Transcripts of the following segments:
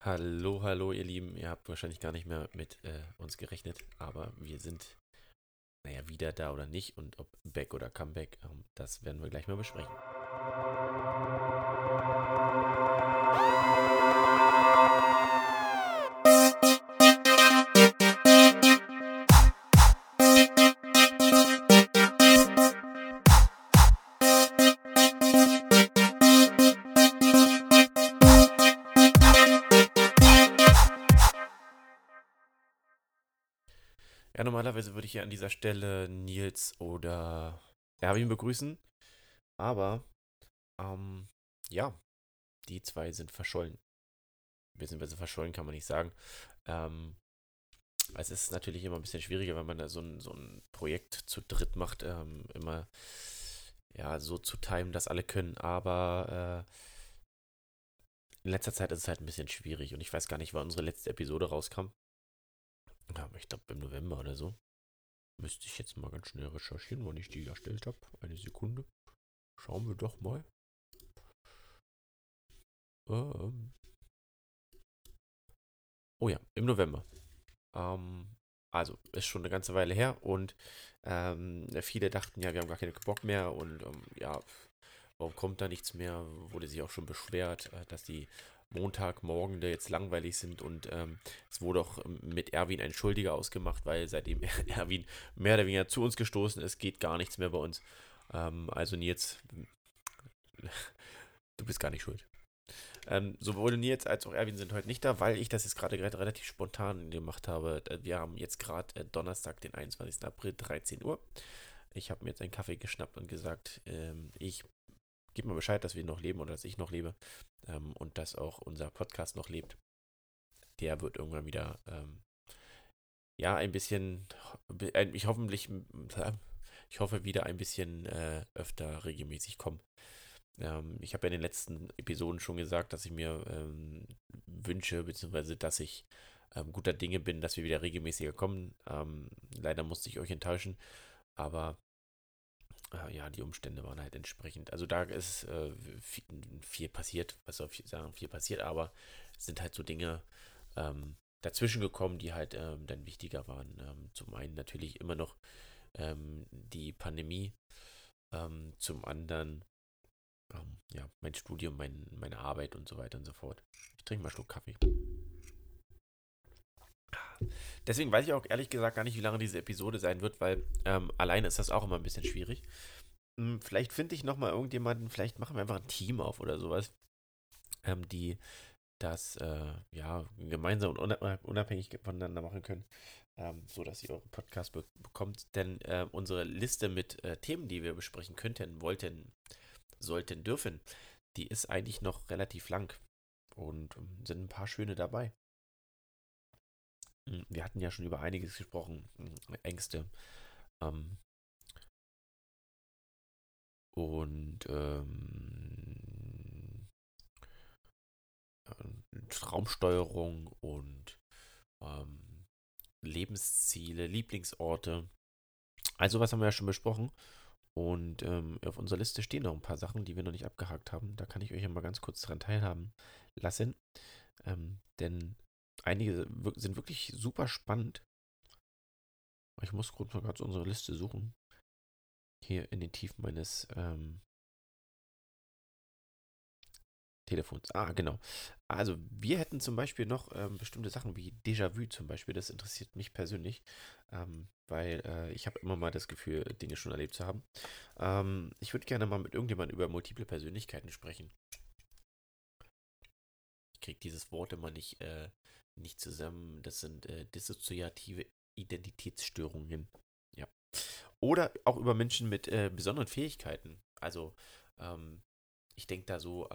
Hallo, hallo, ihr Lieben. Ihr habt wahrscheinlich gar nicht mehr mit uns gerechnet, aber wir sind, naja, wieder da oder nicht und ob Back oder Comeback, das werden wir gleich mal besprechen. Ja, normalerweise würde ich ja an dieser Stelle Nils oder Erwin begrüßen, aber ähm, ja, die zwei sind verschollen. Beziehungsweise verschollen kann man nicht sagen. Ähm, Es ist natürlich immer ein bisschen schwieriger, wenn man da so ein Projekt zu dritt macht, immer ja, so zu timen, dass alle können, aber in letzter Zeit ist es halt ein bisschen schwierig und ich weiß gar nicht, wann unsere letzte Episode rauskam. Ja, aber ich glaube im November oder so. Müsste ich jetzt mal ganz schnell recherchieren, wann ich die erstellt habe. Eine Sekunde. Schauen wir doch mal. Ähm, oh ja, im November. Ähm, also, ist schon eine ganze Weile her und viele dachten ja, wir haben gar keinen Bock mehr und ja, warum kommt da nichts mehr? Wurde sich auch schon beschwert, dass die Montagmorgen da jetzt langweilig sind und es wurde auch mit Erwin ein Schuldiger ausgemacht, weil seitdem Erwin mehr oder weniger zu uns gestoßen ist, geht gar nichts mehr bei uns. Also Nils, du bist gar nicht schuld. Sowohl Nils als auch Erwin sind heute nicht da, weil ich das jetzt gerade relativ spontan gemacht habe. Wir haben jetzt gerade Donnerstag, den 21. April, 13 Uhr. Ich habe mir jetzt einen Kaffee geschnappt und gesagt, ich gebe mal Bescheid, dass wir noch leben oder dass ich noch lebe und dass auch unser Podcast noch lebt. Der wird irgendwann wieder, ja, ein bisschen, ich hoffe wieder ein bisschen öfter regelmäßig kommen. Ich habe ja in den letzten Episoden schon gesagt, dass ich mir wünsche, beziehungsweise dass ich guter Dinge bin, dass wir wieder regelmäßiger kommen. Leider musste ich euch enttäuschen, aber ja, die Umstände waren halt entsprechend. Also da ist viel, viel passiert, was soll ich sagen, viel passiert, aber es sind halt so Dinge dazwischen gekommen, die halt dann wichtiger waren. Zum einen natürlich immer noch die Pandemie, zum anderen ja, mein Studium, meine Arbeit und so weiter und so fort. Ich trinke mal einen Schluck Kaffee. Deswegen weiß ich auch ehrlich gesagt gar nicht, wie lange diese Episode sein wird, weil alleine ist das auch immer ein bisschen schwierig. Vielleicht finde ich nochmal irgendjemanden, vielleicht machen wir einfach ein Team auf oder sowas, die das ja gemeinsam und unabhängig voneinander machen können, so dass ihr eure Podcast bekommt. Denn unsere Liste mit Themen, die wir besprechen könnten, wollten, sollten, dürfen, die ist eigentlich noch relativ lang und sind ein paar schöne dabei. Wir hatten ja schon über einiges gesprochen, Ängste und Traumsteuerung und ähm, Lebensziele, Lieblingsorte. Also was haben wir ja schon besprochen. Und auf unserer Liste stehen noch ein paar Sachen, die wir noch nicht abgehakt haben. Da kann ich euch ja mal ganz kurz dran teilhaben lassen. Denn einige sind wirklich super spannend. Ich muss kurz mal gerade unsere Liste suchen. Hier in den Tiefen meines Telefons. Ah, genau. Also, wir hätten zum Beispiel noch bestimmte Sachen wie Déjà-vu zum Beispiel. Das interessiert mich persönlich, weil ich habe immer mal das Gefühl, Dinge schon erlebt zu haben. Ich würde gerne mal mit irgendjemandem über multiple Persönlichkeiten sprechen. Ich kriege dieses Wort immer nicht zusammen. Das sind dissoziative Identitätsstörungen. Ja. Oder auch über Menschen mit besonderen Fähigkeiten. Also, ähm, ich denke da so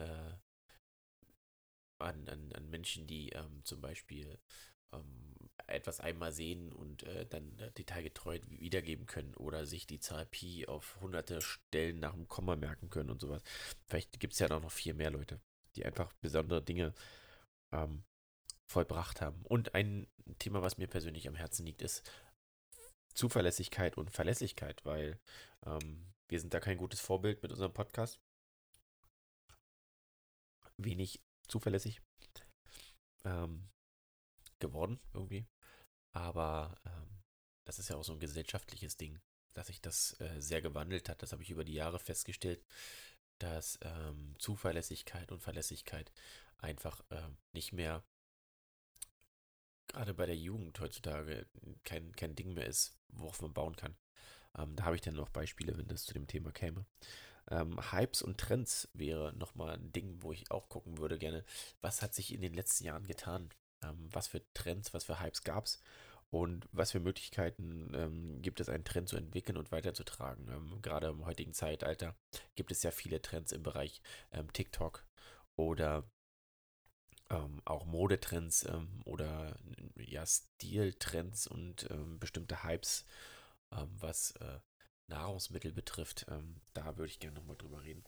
an Menschen, die zum Beispiel etwas einmal sehen und dann detailgetreu wiedergeben können oder sich die Zahl Pi auf hunderte Stellen nach dem Komma merken können und sowas. Vielleicht gibt es ja noch viel mehr Leute, die einfach besondere Dinge ähm, vollbracht haben. Und ein Thema, was mir persönlich am Herzen liegt, ist Zuverlässigkeit und Verlässlichkeit, weil wir sind da kein gutes Vorbild mit unserem Podcast. Wenig zuverlässig. ähm, geworden irgendwie. Aber das ist ja auch so ein gesellschaftliches Ding, dass sich das sehr gewandelt hat. Das habe ich über die Jahre festgestellt, dass Zuverlässigkeit und Verlässlichkeit einfach nicht mehr, gerade bei der Jugend heutzutage, kein Ding mehr ist, worauf man bauen kann. Da habe ich dann noch Beispiele, wenn das zu dem Thema käme. Hypes und Trends wäre nochmal ein Ding, wo ich auch gucken würde gerne. Was hat sich in den letzten Jahren getan? Was für Trends, was für Hypes gab es? Und was für Möglichkeiten gibt es, einen Trend zu entwickeln und weiterzutragen? Gerade im heutigen Zeitalter gibt es ja viele Trends im Bereich TikTok oder auch Modetrends oder ja, Stiltrends und bestimmte Hypes, was Nahrungsmittel betrifft. Da würde ich gerne nochmal drüber reden.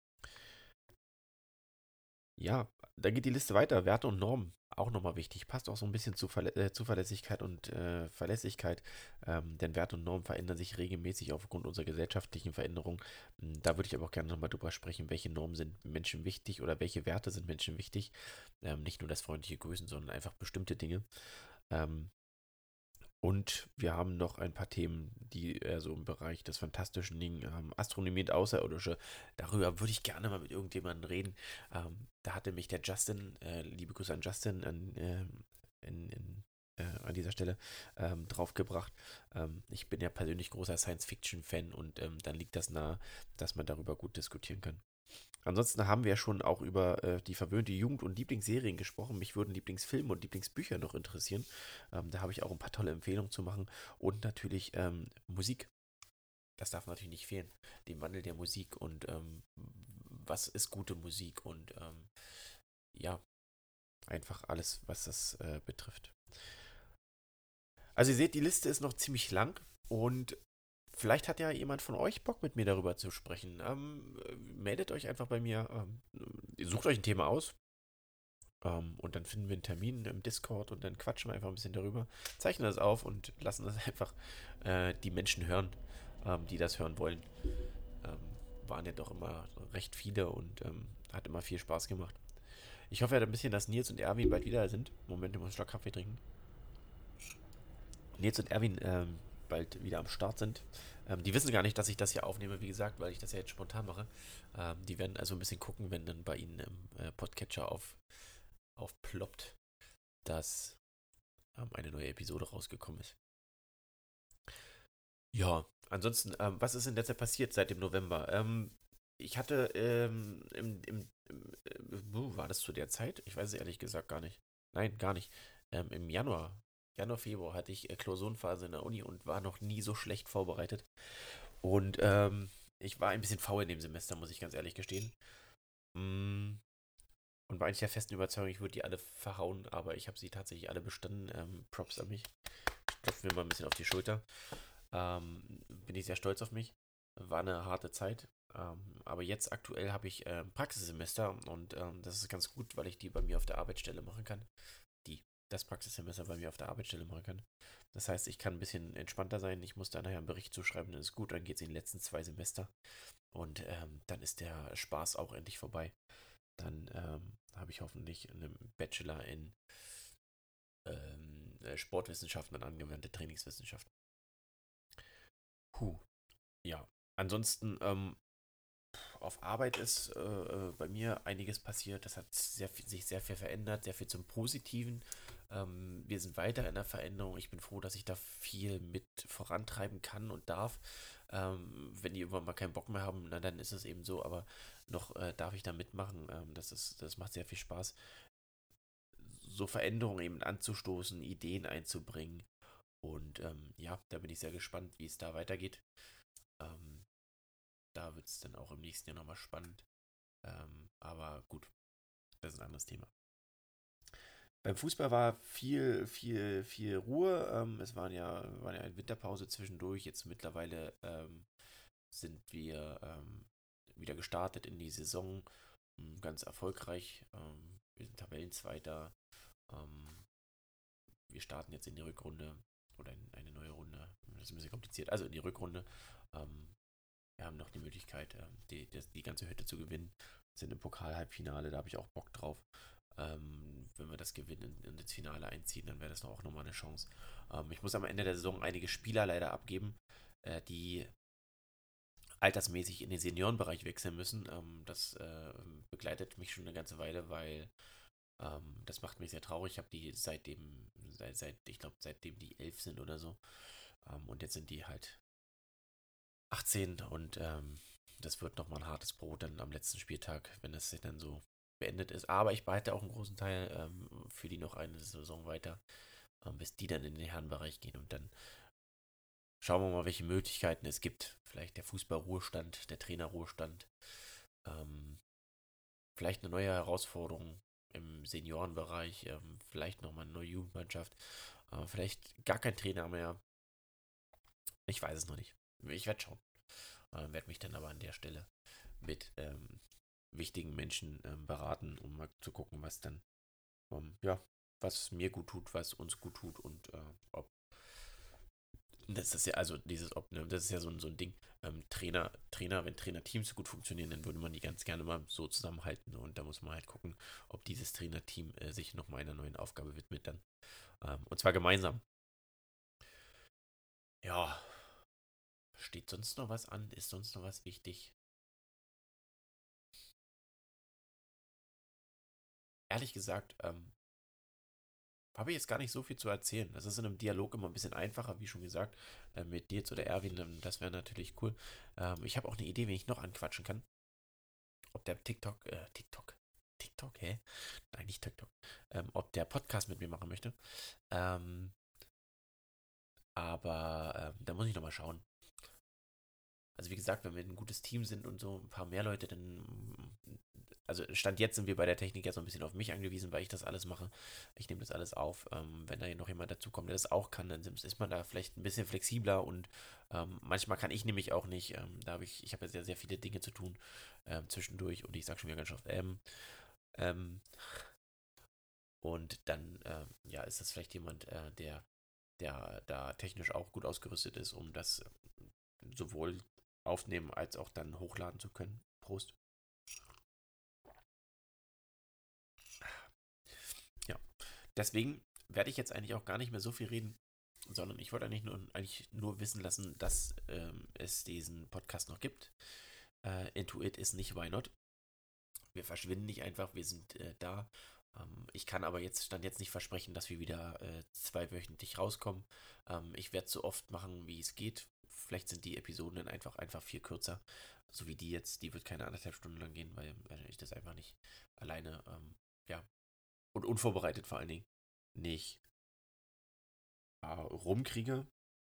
Ja, dann geht die Liste weiter. Werte und Normen, auch nochmal wichtig. Passt auch so ein bisschen zu Zuverlässigkeit und Verlässlichkeit, denn Werte und Normen verändern sich regelmäßig aufgrund unserer gesellschaftlichen Veränderung. Da würde ich aber auch gerne nochmal drüber sprechen, welche Normen sind Menschen wichtig oder welche Werte sind Menschen wichtig. Nicht nur das freundliche Grüßen, sondern einfach bestimmte Dinge. Ähm, und wir haben noch ein paar Themen, die eher so im Bereich des Fantastischen liegen. Astronomie und Außerirdische. Darüber würde ich gerne mal mit irgendjemandem reden. Da hatte mich der Justin, liebe Grüße an Justin, an dieser Stelle draufgebracht. Ich bin ja persönlich großer Science-Fiction-Fan und dann liegt das nahe, dass man darüber gut diskutieren kann. Ansonsten haben wir ja schon auch über die verwöhnte Jugend und Lieblingsserien gesprochen. Mich würden Lieblingsfilme und Lieblingsbücher noch interessieren. Da habe ich auch ein paar tolle Empfehlungen zu machen. Und natürlich Musik. Das darf natürlich nicht fehlen. Den Wandel der Musik und was ist gute Musik und ja, einfach alles, was das betrifft. Also ihr seht, die Liste ist noch ziemlich lang und vielleicht hat ja jemand von euch Bock, mit mir darüber zu sprechen. Meldet euch einfach bei mir, sucht euch ein Thema aus, und dann finden wir einen Termin im Discord und dann quatschen wir einfach ein bisschen darüber, zeichnen das auf und lassen das einfach die Menschen hören, die das hören wollen. Ähm, Waren ja doch immer recht viele und hat immer viel Spaß gemacht. Ich hoffe ja ein bisschen, dass Nils und Erwin bald wieder sind. Moment, ich muss einen Schluck Kaffee trinken. Nils und Erwin bald wieder am Start sind. Die wissen gar nicht, dass ich das hier aufnehme, wie gesagt, weil ich das ja jetzt spontan mache. Die werden also ein bisschen gucken, wenn dann bei ihnen im Podcatcher aufploppt, dass eine neue Episode rausgekommen ist. Ja, ansonsten, was ist in letzter Zeit passiert seit dem November? Ich hatte war das zu der Zeit? Ich weiß es ehrlich gesagt gar nicht. Nein, gar nicht. Im Januar, Februar hatte ich Klausurenphase in der Uni und war noch nie so schlecht vorbereitet. Und ich war ein bisschen faul in dem Semester, muss ich ganz ehrlich gestehen. Mm, Und war eigentlich der festen Überzeugung, ich würde die alle verhauen, aber ich habe sie tatsächlich alle bestanden. Props an mich. Klopfen wir mal ein bisschen auf die Schulter. Bin ich sehr stolz auf mich. War eine harte Zeit. Aber jetzt aktuell habe ich Praxissemester und das ist ganz gut, weil ich die bei mir auf der Arbeitsstelle machen kann. Das Praxissemester bei mir auf der Arbeitsstelle machen kann. Das heißt, ich kann ein bisschen entspannter sein. Ich muss da nachher einen Bericht zuschreiben, dann ist gut. Dann geht es in die letzten 2 Semester und dann ist der Spaß auch endlich vorbei. Dann habe ich hoffentlich einen Bachelor in Sportwissenschaften und angewandte Trainingswissenschaften. Puh, ja. Ansonsten, auf Arbeit ist bei mir einiges passiert. Das hat sich sehr viel verändert, sehr viel zum Positiven. Wir sind weiter in der Veränderung. Ich bin froh, dass ich da viel mit vorantreiben kann und darf. Wenn die irgendwann mal keinen Bock mehr haben, na, dann ist es eben so. Aber noch darf ich da mitmachen. Das macht sehr viel Spaß, so Veränderungen eben anzustoßen, Ideen einzubringen. Und ja, da bin ich sehr gespannt, wie es da weitergeht. Ähm, Da wird es dann auch im nächsten Jahr nochmal spannend. Aber gut, das ist ein anderes Thema. Beim Fußball war viel Ruhe. Es war ja eine Winterpause zwischendurch. Jetzt mittlerweile sind wir wieder gestartet in die Saison. Ganz erfolgreich. Wir sind Tabellenzweiter. Ähm, Wir starten jetzt in die Rückrunde oder in eine neue Runde. Das ist ein bisschen kompliziert. Also in die Rückrunde. Ähm, Wir haben noch die Möglichkeit, die ganze Hütte zu gewinnen. Wir sind im Pokal-Halbfinale, da habe ich auch Bock drauf. Wenn wir wir das gewinnen und ins Finale einziehen, dann wäre das auch nochmal eine Chance. Ich muss am Ende der Saison einige Spieler leider abgeben, die altersmäßig in den Seniorenbereich wechseln müssen. Das begleitet mich schon eine ganze Weile, weil das macht mich sehr traurig. Ich habe die ich glaube, seitdem die 11 sind oder so. Und jetzt sind die halt 18 und das wird nochmal ein hartes Brot dann am letzten Spieltag, wenn das dann so beendet ist. Aber ich behalte auch einen großen Teil für die noch eine Saison weiter, bis die dann in den Herrenbereich gehen und dann schauen wir mal, welche Möglichkeiten es gibt. Vielleicht der Fußballruhestand, der Trainerruhestand, ähm, vielleicht eine neue Herausforderung im Seniorenbereich, vielleicht nochmal eine neue Jugendmannschaft, vielleicht gar kein Trainer mehr. Ich weiß es noch nicht. Ich werde schauen. Werde mich dann aber an der Stelle mit wichtigen Menschen beraten, um mal zu gucken, was dann, ja, was mir gut tut, was uns gut tut und ob das ist ja, also dieses, ob, ne, das ist ja so ein Ding. Wenn Trainerteams so gut funktionieren, dann würde man die ganz gerne mal so zusammenhalten. Und da muss man halt gucken, ob dieses Trainerteam sich nochmal einer neuen Aufgabe widmet dann. Und zwar gemeinsam. Ja, steht sonst noch was an? Ist sonst noch was wichtig? Ehrlich gesagt, habe ich jetzt gar nicht so viel zu erzählen. Das ist in einem Dialog immer ein bisschen einfacher, wie schon gesagt, mit dir oder Erwin. Das wäre natürlich cool. Ich habe auch eine Idee, wen ich noch anquatschen kann. Ob der TikTok, hä? Nein, nicht TikTok. Ob der Podcast mit mir machen möchte. Ähm, aber da muss ich nochmal schauen. Also wie gesagt, wenn wir ein gutes Team sind und so ein paar mehr Leute, dann, also Stand jetzt sind wir bei der Technik ja so ein bisschen auf mich angewiesen, weil ich das alles mache. Ich nehme das alles auf. Wenn da noch jemand dazukommt, der das auch kann, dann ist man da vielleicht ein bisschen flexibler und manchmal kann ich nämlich auch nicht. Ich habe ja sehr, sehr viele Dinge zu tun zwischendurch und ich sage schon wieder ganz oft, ähm, und dann, ja, ist das vielleicht jemand, der da technisch auch gut ausgerüstet ist, um das sowohl aufnehmen als auch dann hochladen zu können. Prost. Ja, deswegen werde ich jetzt eigentlich auch gar nicht mehr so viel reden, sondern ich wollte eigentlich nur wissen lassen, dass es diesen Podcast noch gibt. Intuit ist nicht Why Not. Wir verschwinden nicht einfach, wir sind da. Ich kann aber stand jetzt nicht versprechen, dass wir wieder zweiwöchentlich rauskommen. Ich werde es so oft machen, wie es geht. Vielleicht sind die Episoden dann einfach viel kürzer. So wie die jetzt, die wird keine 1,5 Stunden lang gehen, weil ich das einfach nicht alleine, ja, und unvorbereitet vor allen Dingen nicht rumkriege.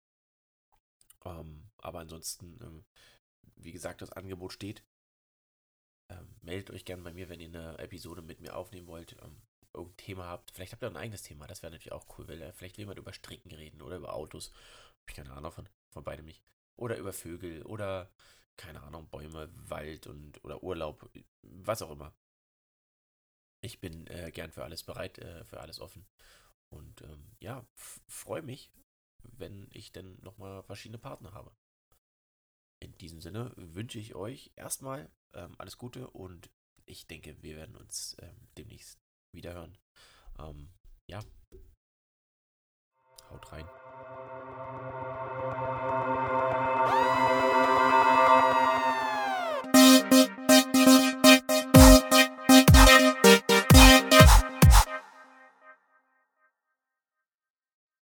Aber ansonsten, wie gesagt, das Angebot steht. Meldet euch gerne bei mir, wenn ihr eine Episode mit mir aufnehmen wollt. Irgendein Thema habt. Vielleicht habt ihr ein eigenes Thema. Das wäre natürlich auch cool, weil vielleicht will jemand über Stricken reden oder über Autos. Hab ich keine Ahnung von beidem nicht. Oder über Vögel oder keine Ahnung, Bäume, Wald oder Urlaub, was auch immer. Ich bin gern für alles bereit, für alles offen. Und ja, freue mich, wenn ich dann nochmal verschiedene Partner habe. In diesem Sinne wünsche ich euch erstmal alles Gute und ich denke, wir werden uns demnächst wiederhören. Ja, haut rein.